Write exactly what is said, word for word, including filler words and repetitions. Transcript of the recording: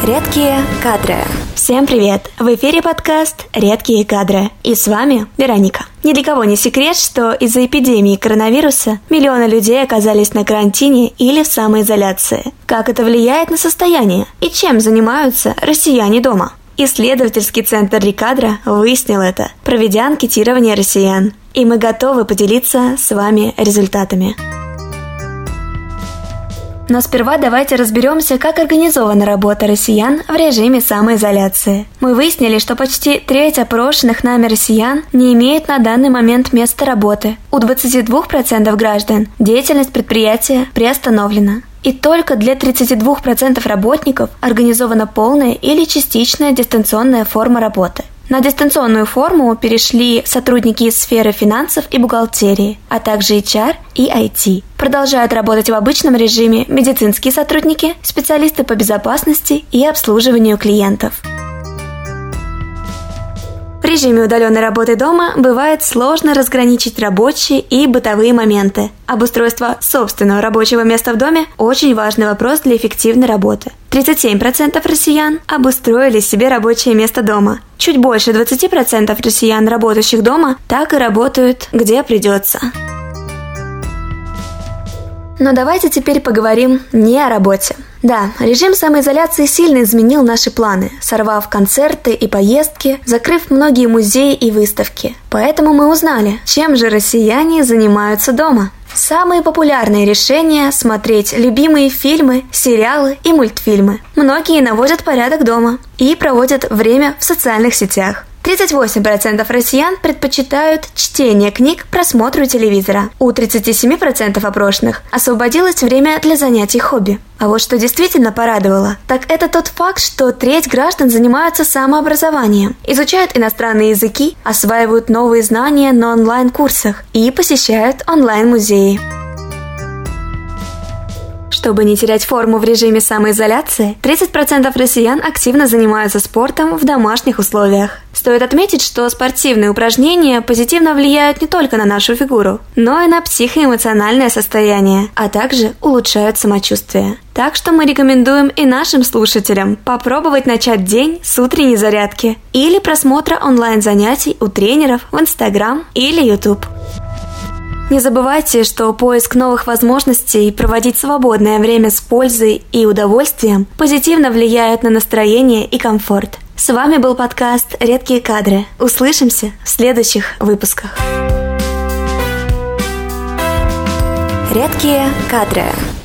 Редкие кадры. Всем привет! В эфире подкаст «Редкие кадры». И с вами Вероника. Ни для кого не секрет, что из-за эпидемии коронавируса миллионы людей оказались на карантине или в самоизоляции. Как это влияет на состояние? И чем занимаются россияне дома? Исследовательский центр Рикадра выяснил это, проведя анкетирование россиян. И мы готовы поделиться с вами результатами. Но сперва давайте разберемся, как организована работа россиян в режиме самоизоляции. Мы выяснили, что почти треть опрошенных нами россиян не имеет на данный момент места работы. У двадцати двух процентов граждан деятельность предприятия приостановлена. И только для тридцати двух процентов работников организована полная или частичная дистанционная форма работы. На дистанционную форму перешли сотрудники из сферы финансов и бухгалтерии, а также эйч ар и ай ти. Продолжают работать в обычном режиме медицинские сотрудники, специалисты по безопасности и обслуживанию клиентов. В режиме удаленной работы дома бывает сложно разграничить рабочие и бытовые моменты. Обустройство собственного рабочего места в доме – очень важный вопрос для эффективной работы. тридцать семь процентов россиян обустроили себе рабочее место дома. Чуть больше двадцати процентов россиян, работающих дома, так и работают, где придется. Но давайте теперь поговорим не о работе. Да, режим самоизоляции сильно изменил наши планы, сорвав концерты и поездки, закрыв многие музеи и выставки. Поэтому мы узнали, чем же россияне занимаются дома. Самые популярные решения – смотреть любимые фильмы, сериалы и мультфильмы. Многие наводят порядок дома и проводят время в социальных сетях. тридцать восемь процентов россиян предпочитают чтение книг просмотру телевизора. У тридцати семи процентов опрошенных освободилось время для занятий хобби. А вот что действительно порадовало, так это тот факт, что треть граждан занимаются самообразованием, изучают иностранные языки, осваивают новые знания на онлайн-курсах и посещают онлайн-музеи. Чтобы не терять форму в режиме самоизоляции, тридцать процентов россиян активно занимаются спортом в домашних условиях. Стоит отметить, что спортивные упражнения позитивно влияют не только на нашу фигуру, но и на психоэмоциональное состояние, а также улучшают самочувствие. Так что мы рекомендуем и нашим слушателям попробовать начать день с утренней зарядки или просмотра онлайн-занятий у тренеров в Instagram или YouTube. Не забывайте, что поиск новых возможностей проводить свободное время с пользой и удовольствием позитивно влияет на настроение и комфорт. С вами был подкаст «Редкие кадры». Услышимся в следующих выпусках. Редкие кадры.